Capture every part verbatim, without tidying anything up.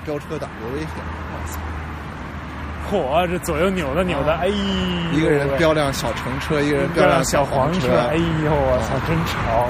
飙车党，多危险！ 嚯，这左右扭的扭的，哎， 一个人飙辆小橙车，一个人飙辆小黄车， 哎呦，我操，真潮！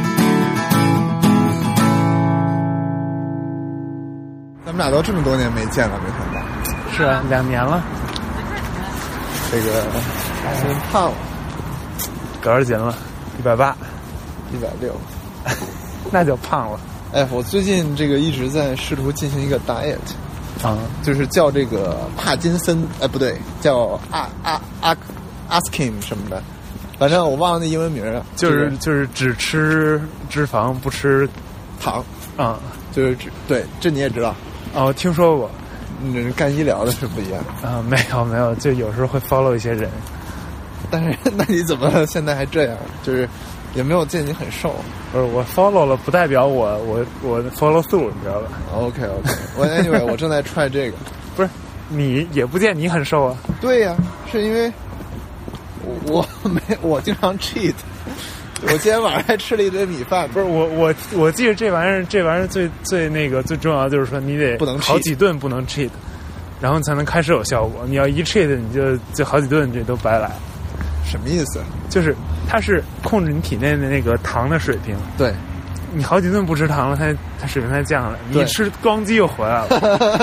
咱们俩都这么多年没见了，没想到。 是啊，两年了。 这个真胖了， 多少斤了？一百八， 一百六， 那就胖了。 哎，我最近这个一直在试图进行一个 diet。 啊， 就是叫这个帕金森，哎，不对，叫阿阿阿阿斯金什么的，反正我忘了那英文名了。 就是就是只吃脂肪不吃糖啊、 嗯，就是只对，这你也知道哦，听说过。 嗯，干医疗的是不一样啊、呃，没有没有，就有时候会 follow 一些人。 但是那你怎么现在还这样？就是也没有见你很瘦。 不是我 follow 了，不代表我我我 follow through，你知道吧 ？OK OK， 我 anyway 我正在 try 这个。 不是你也不见你很瘦啊？ 对呀、啊，是因为我我没我经常 cheat。我今天晚上还吃了一堆米饭。 不是我我我记得这玩意儿这玩意儿最最那个最重要的就是说你得不能好几顿不能 cheat， 然后才能开始有效果。你要一 cheat 你就就好几顿这都白来。 什么意思？就是它是控制你体内的那个糖的水平。 对， 你好几顿不吃糖了，它它水平才降了。你一吃咣叽又回来了。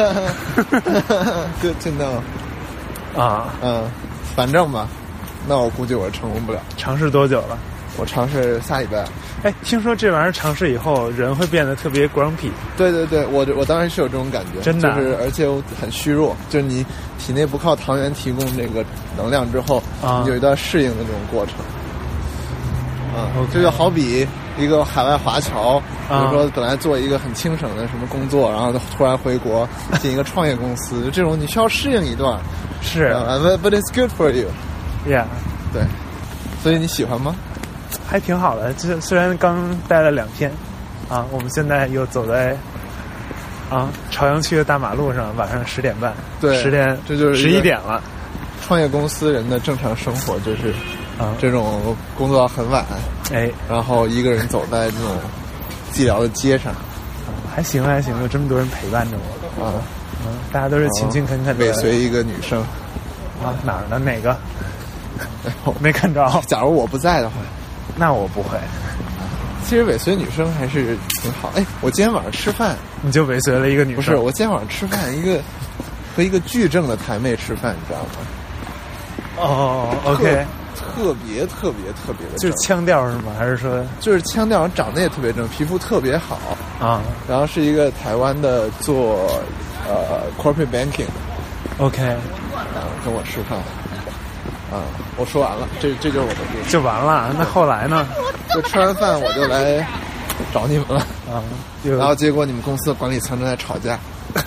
就就那啊嗯，反正吧，那我估计我成功不了。 尝试多久了？ 我尝试下礼拜。 哎，听说这玩意儿尝试以后人会变得特别 grumpy。 对对对，我我当然是有这种感觉， 真的、啊， 就是而且我很虚弱，就是你体内不靠糖原提供这个能量之后， 啊、 你有一段适应的这种过程。啊、嗯，这就好比一个海外华侨，比如说本来做一个很轻省的什么工作，然后突然回国进一个创业公司，这种你需要适应一段。 是、 uh, ，but but it's good for you。 Yeah， 对，所以你喜欢吗？ 还挺好的，就虽然刚待了两天，啊，我们现在又走在啊朝阳区的大马路上，晚上十点半， 对， 十点， 这就是十一点了。 创业公司人的正常生活就是啊， 这种工作到很晚， 哎， 然后一个人走在这种寂寥的街上， 啊、还行还行，有这么多人陪伴着我啊， 嗯，大家都是勤勤恳恳的尾随一个女生啊，哪儿呢？哪个？没看着。 假如我不在的话。 那我不会， 其实尾随女生还是挺好。哎，我今天晚上吃饭， 你就尾随了一个女生？ 不是，我今天晚上吃饭，一个和一个巨正的台妹吃饭，你知道吗？ 哦 ，OK， 特别特别特别的正， 就是腔调是吗？还是说就是腔调，长得也特别正，皮肤特别好啊。 然后是一个台湾的做呃 corporate banking，OK， 啊，跟我吃饭。啊、嗯，我说完了，这这就是我的故事， 就完了。那后来呢？ 就吃完饭我就来找你们了啊， 然后结果你们公司的管理层正在吵架，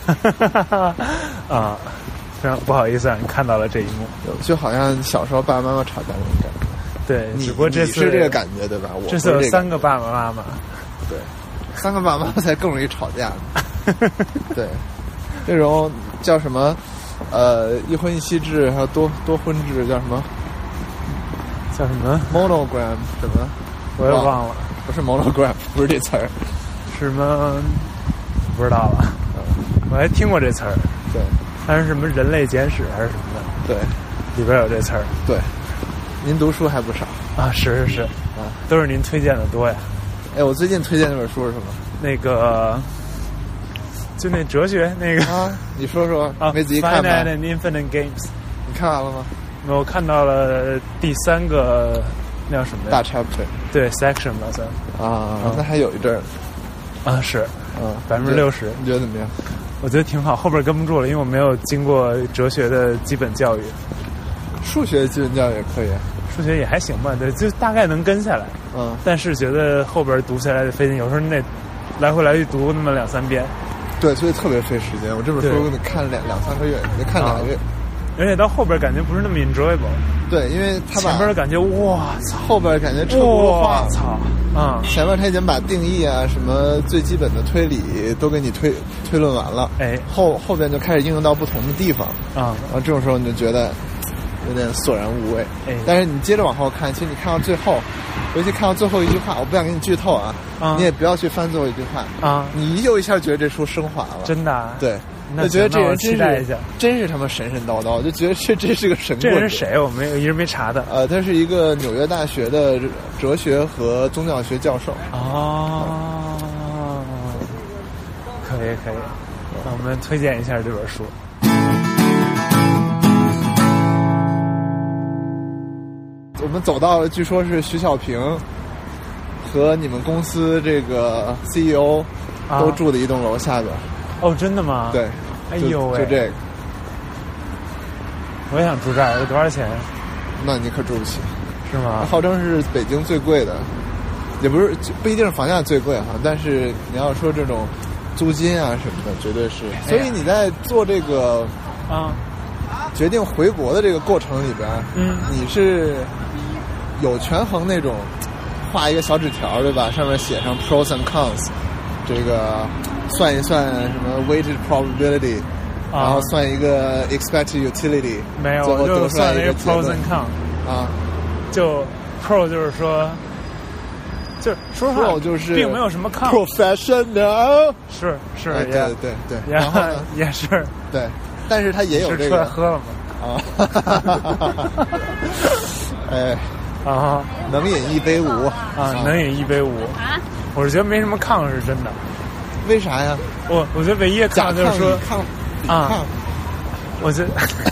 啊，非常不好意思让你看到了这一幕， 就好像小时候爸爸妈妈吵架那种感觉。 对， 你只不过这次是这个感觉对吧？我这次有三个爸爸妈妈， 对，三个爸爸妈妈才更容易吵架。对，这种叫什么？呃，一婚一妻制还有多多婚制叫什么？ 叫什么 ？monogram 什么？ 我也忘了。 不是 monogram， 不是这词儿。 什么？不知道了。嗯，我还听过这词儿。 对。 但是什么人类简史还是什么的？ 对。 里边有这词儿。 对。您读书还不少啊！是是是。啊，都是您推荐的多呀。 哎，我最近推荐那本书是什么？ 那个。就那哲学那个啊，你说说啊， 没仔细看吧 Finite and Infinite Games， 你看完了吗？ 我看到了第三个，那叫什么呀？ 大 chapter， 对 section 吧算啊、嗯，那还有一阵儿啊，是， 嗯， 百分之六十， 你觉得怎么样？ 我觉得挺好，后边跟不住了，因为我没有经过哲学的基本教育。 数学基本教育也可以， 数学也还行吧，对，就大概能跟下来， 嗯， 但是觉得后边读起来得费劲，有时候你得来回来去读那么两三遍。 对，所以特别费时间。我这本书得看两两三个月，得看两个月、啊， 而且到后边感觉不是那么 enjoyable。 对，因为他把前边感觉哇操， 后边感觉车轱辘话， 操啊、嗯！ 前面他已经把定义啊、什么最基本的推理都给你推推论完了， 哎， 后后边就开始应用到不同的地方啊、嗯， 然后这种时候你就觉得有点索然无味。 哎， 但是你接着往后看，其实你看到最后。尤其看到最后一句话，我不想给你剧透啊， 啊你也不要去翻最后一句话啊， 你就一下觉得这书升华了， 真的、啊， 对， 就觉得这人期待一下， 真是他妈神神叨叨，就觉得这这是个神棍。 这人是谁？我没有一直没查的。 呃，他是一个纽约大学的哲学和宗教学教授。 哦，可以可以，那我们推荐一下这本书。 我们走到了，据说是徐小平和你们公司这个 C E O 都住的一栋楼下边。啊、 哦，真的吗？ 对。 哎呦喂！ 就这个， 我也想住这儿，有多少钱？ 那你可住不起， 是吗？ 号称是北京最贵的，也不是不一定是房价最贵哈，但是你要说这种租金啊什么的，绝对是。所以你在做这个啊决定回国的这个过程里边， 嗯， 你是有权衡那种画一个小纸条对吧？上面写上 pros and cons， 这个。算一算什么 weighted probability，、啊、然后算一个 expected utility， 没有，我就算了一个 pros and cons 啊， 就 pro 就是说，就是说实话 pro 就是并没有什么 cons professional， 是是， 哎、对对对，然后呢也是对，但是他也有这个是出来喝了吗？ 啊，哎啊， 能饮一杯无啊，能饮一杯无啊，我是觉得没什么抗是真的。 为啥呀？ 我我觉得唯一的抗就是说抗啊，我觉得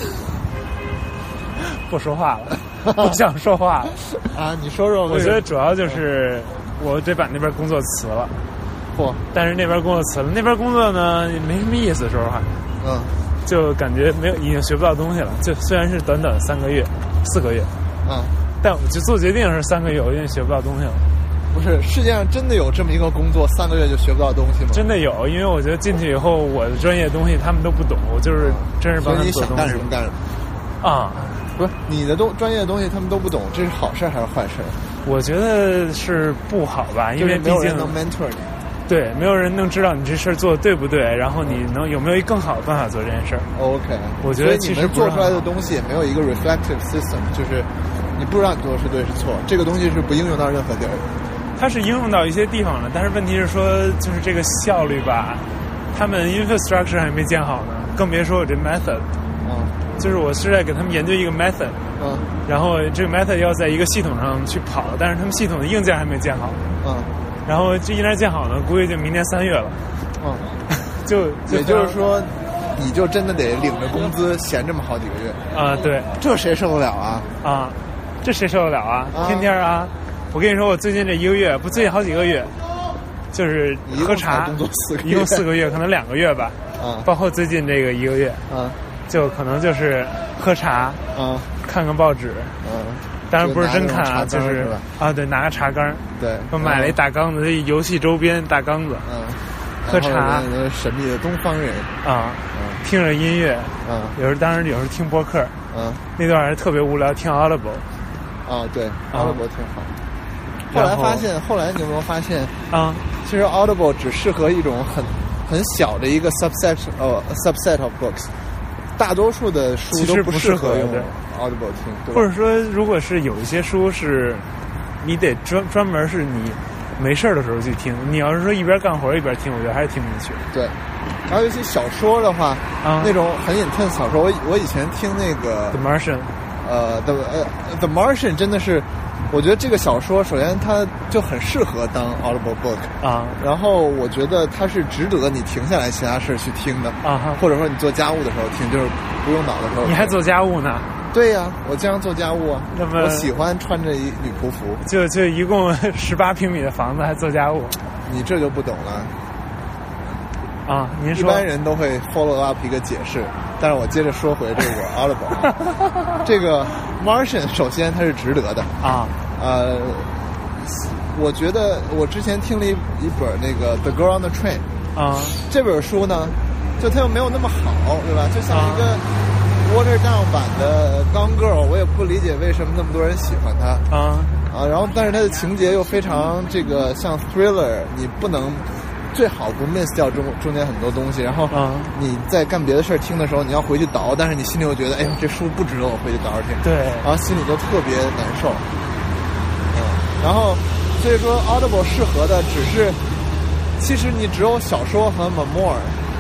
不说话了，不想说话了啊！你说说， 我觉得主要就是我得把那边工作辞了， 嚯！ 但是那边工作辞了，那边工作呢也没什么意思，说实话， 嗯， 就感觉没有，已经学不到东西了。就虽然是短短三个月、四个月， 嗯， 但我就做决定是三个月，我已经学不到东西了。 不是，世界上真的有这么一个工作，三个月就学不到东西吗？ 真的有，因为我觉得进去以后，我的专业东西他们都不懂，我就是真是帮他们做东西。 所以你想干什么干什么啊？ 不是你的东专业的东西他们都不懂，这是好事还是坏事？ 我觉得是不好吧，因为毕竟没有人能 mentor 你。 对，没有人能知道你这事儿做的对不对，然后你能有没有一个更好的办法做这件事儿。 OK， 我觉得其实你们做出来的东西也没有一个 reflective system， 就是你不知道你做的是对是错，这个东西是不应用到任何地儿。 它是应用到一些地方了，但是问题是说，就是这个效率吧，他们 infrastructure 还没建好呢，更别说我这 method。 嗯， 就是我是在给他们研究一个 method， 嗯， 然后这个 method 要在一个系统上去跑，但是他们系统的硬件还没建好。 嗯， 然后这硬件建好呢，估计就明年三月了。 嗯， 就, 就也就是说，你就真的得领着工资闲这么好几个月啊？对， 这谁受得了啊？ 啊，这谁受得了啊？ 啊天天啊！我跟你说，我最近这一个月，不，最近好几个月，就是喝茶， 工作四个月一共四个月，可能两个月吧。 啊， 包括最近这个一个月， 啊， 就可能就是喝茶， 啊， 看看报纸， 嗯、啊， 当然不是真看啊，就是啊，对，拿个茶缸， 对， 我买了一大缸子，这游戏周边大缸子， 嗯、啊， 喝茶， 神秘的东方人啊，听着音乐， 啊， 有时当然有时听播客， 啊， 那段还特别无聊，听 Audible， 啊，对 ，Audible 挺好。后来发现，后来你有没有发现啊？ 其实 Audible 只适合一种很很小的一个 subset 呃、uh, subset of books， 大多数的书都不适合用 Audible 听，对吧？ 或者说，如果是有一些书是，你得专专门是你没事的时候去听，你要是说一边干活一边听，我觉得还是听不进去。 对，然后尤其小说的话， 啊， 那种很 intense 小说，我我以前听那个 The Martian， 呃 The 呃 The Martian 真的是。我觉得这个小说，首先它就很适合当 Audible book 啊， 然后我觉得它是值得你停下来其他事去听的啊， 或者说你做家务的时候听，就是不用脑的时候听。 你还做家务呢？ 对呀、啊，我经常做家务啊。 那么我喜欢穿着一女仆服， 就就一共十八平米的房子还做家务， 你这就不懂了。 啊，您说一般人都会 follow up 一个解释，但是我接着说回这个 Audible， 这个 Martian 首先它是值得的啊， 呃，我觉得我之前听了一一本那个 The Girl on the Train 啊， 这本书呢，就它又没有那么好，对吧？就像一个 water down 版的 Gone Girl， 我也不理解为什么那么多人喜欢它啊啊，然后但是它的情节又非常这个像 thriller， 你不能。最好不 miss 掉中中间很多东西，然后你在干别的事儿听的时候，你要回去倒，但是你心里又觉得，哎呦，这书不值得我回去倒着听， 对， 然后心里就特别难受。嗯，然后所以说 Audible 适合的只是，其实你只有小说和 memoir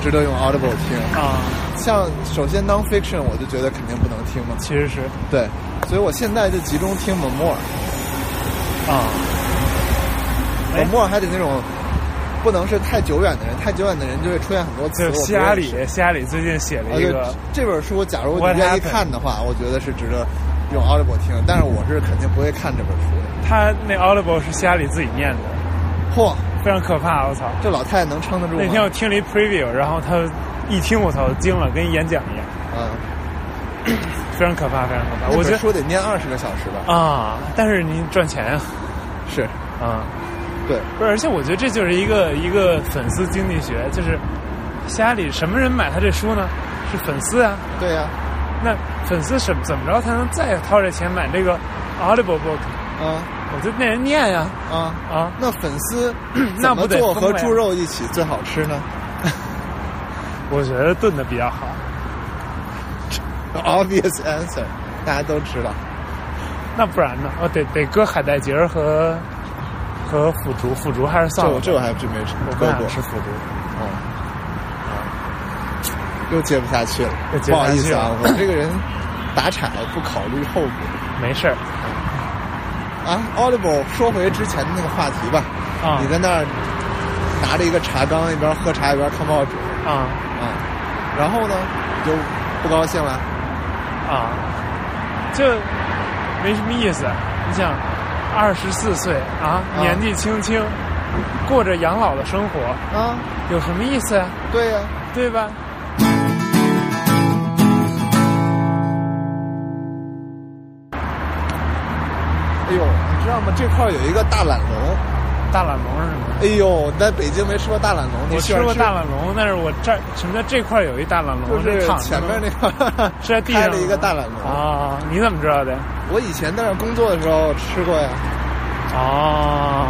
值得用 Audible 听啊。 像首先 non-fiction 我就觉得肯定不能听嘛， 其实是对，所以我现在就集中听 Memoir 啊。 Memoir 还得那种不能是太久远的人，太久远的人就会出现很多词。 就希拉里，希拉里最近写了一个、 啊、这本书，假如你愿意看的话，我觉得是值得用 Audible 听，但是我是肯定不会看这本书的。 他那 Audible 是希拉里自己念的， 嚯， 非常可怕！我操， 这老太太能撑得住吗？ 那天我听了一 preview， 然后他一听我操惊了，跟演讲一样。 嗯， 非常可怕，非常可怕。我觉得说得念二十个小时吧。 啊，但是你赚钱呀、啊。 是啊。 对， 不是，而且我觉得这就是一个一个粉丝经济学，就是希拉里什么人买他这书呢？是粉丝啊。 对呀、啊。 那粉丝怎怎么着才能再掏这钱买这个 Audible book？ 啊， 我就那人念呀。 啊啊， 那粉丝怎么做和猪肉一起最好吃呢？ 我觉得炖的比较好。 Obvious answer， 大家都知道。 那不然呢？我得得搁海带结和。和腐竹，腐竹还是算了。 这我这我还真没吃， 我不想吃腐竹。 哦，啊，又接不下去了，不好意思啊，我这个人打岔不考虑后果。 没事儿。 啊 ，Audible， 说回之前的那个话题吧。 啊。 你在那儿拿着一个茶缸，一边喝茶一边看报纸。 啊啊。然后呢，你就不高兴了。 啊。这没什么意思，你想。二十四岁啊，年纪轻轻，过着养老的生活啊， 有什么意思啊？ 对呀、啊， 对吧？ 哎呦，你知道吗？这块有一个大懒龙， 大懒龙是什么？ 哎呦，在北京没吃过大懒龙， 我吃过大懒龙，但是我这什么叫这块有一大懒龙？ 就是前面那块是在地上开了一个大懒龙啊？你怎么知道的？ 我以前在那工作的时候吃过呀。 哦，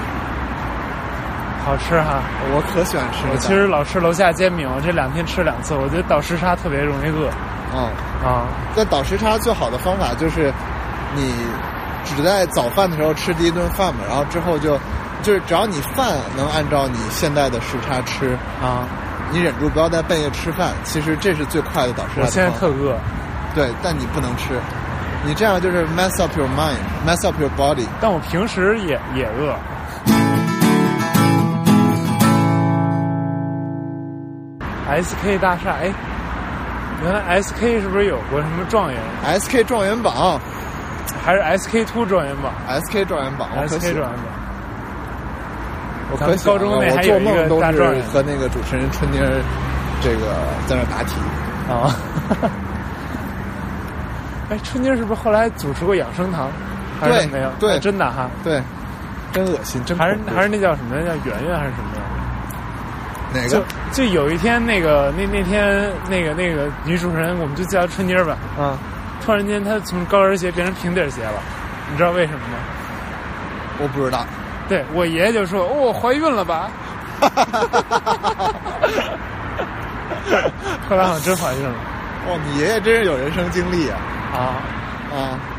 好吃哈！ 我可喜欢吃了。 我其实老吃楼下煎饼，我这两天吃两次，我觉得倒时差特别容易饿。 啊、 嗯、啊！ 那倒时差最好的方法就是，你只在早饭的时候吃第一顿饭嘛，然后之后就就是只要你饭能按照你现在的时差吃啊， 你忍住不要在半夜吃饭，其实这是最快的倒时差的方法。 我现在特饿。 对，但你不能吃。你这样就是 mess up your mind, mess up your body。 但我平时也也饿。S K 大厦，哎，原来 S K 是不是有过什么状元 ？S K 状元榜， 还是 S K 二状元榜 ？S K 状元榜 ，S K 状元榜。 我可高中那还有一个大状元， 和那个主持人春妮这个在那答题啊。哎，春妮是不是后来主持过养生堂？ 对， 没有， 对， 真的哈， 对，真恶心，真还是还是那叫什么？叫圆圆还是什么呀？ 哪个？ 就就有一天，那个那那天那个那个女主持人，我们就叫春妮吧。 啊， 突然间她从高跟鞋变成平底鞋了，你知道为什么吗？ 我不知道。 对我爷爷就说：“哦，怀孕了吧？”后来好像真怀孕了。 哦，你爷爷真是有人生经历啊！ 啊啊！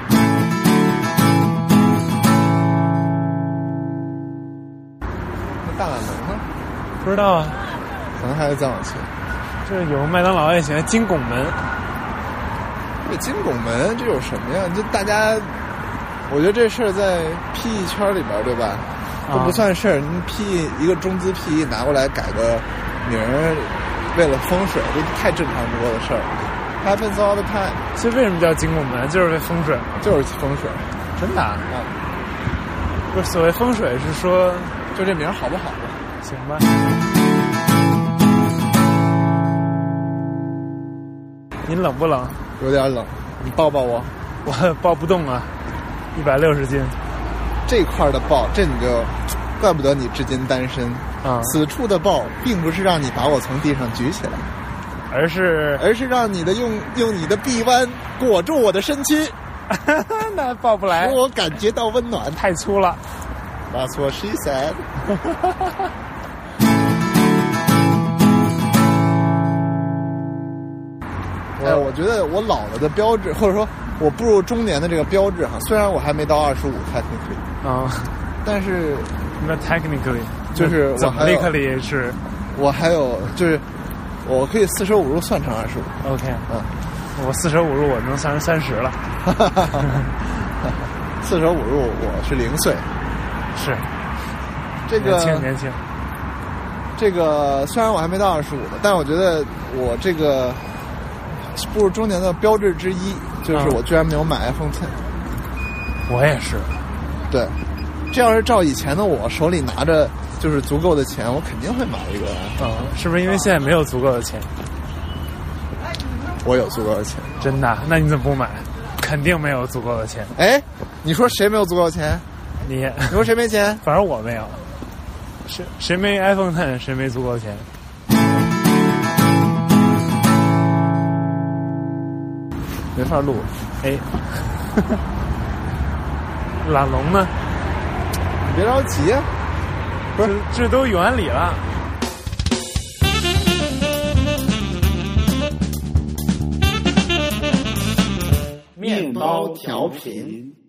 那大懒龙呢？ 不知道啊， 可能还得再往前。 这有麦当劳也行，金拱门。 这金拱门这有什么呀？就大家，我觉得这事儿在 P E 圈里边，对吧？都不算事儿。你 P E 一个中资 P E 拿过来改个名儿，为了风水，这太正常不过的事儿。Happens all the time。 所以为什么叫金拱门？就是为风水， 就是风水。 真的啊？ 啊不是，所谓风水是说， 就这名好不好吧？ 行吧。您冷不冷？ 有点冷，你抱抱我。 我抱不动啊，一百六十斤。 这块的抱，这你就怪不得你至今单身啊！ 此处的抱，并不是让你把我从地上举起来。 而是而是让你的用用你的臂弯裹住我的身躯， 那抱不来， 使我感觉到温暖。 太粗了。 That's what she said 。哎，我觉得我老了的标志，或者说我步入中年的这个标志哈，虽然我还没到二十五 technically 啊， 但是那 technically 就是我还 technically 是， 我还有就是。 我可以四舍五入算成二十五。 OK， 嗯， 我四舍五入我能算成三十了。 四舍五入我是零岁。 是。 这个年轻年轻。 这个虽然我还没到二十五的，但我觉得我这个步入中年的标志之一，就是我居然没有买 iPhone X。 我也是。 对，这要是照以前的我手里拿着就是足够的钱，我肯定会买一个。 嗯，是不是因为现在没有足够的钱？ 我有足够的钱。 真的？那你怎么不买？肯定没有足够的钱。 哎，你说谁没有足够的钱？ 你。 你说谁没钱？ 反正我没有。谁谁没 iPhone X， 谁没足够的钱。 没法录。 哎。懒龙呢？ 你别着急啊， 不是，这都永安里了。 面包调频。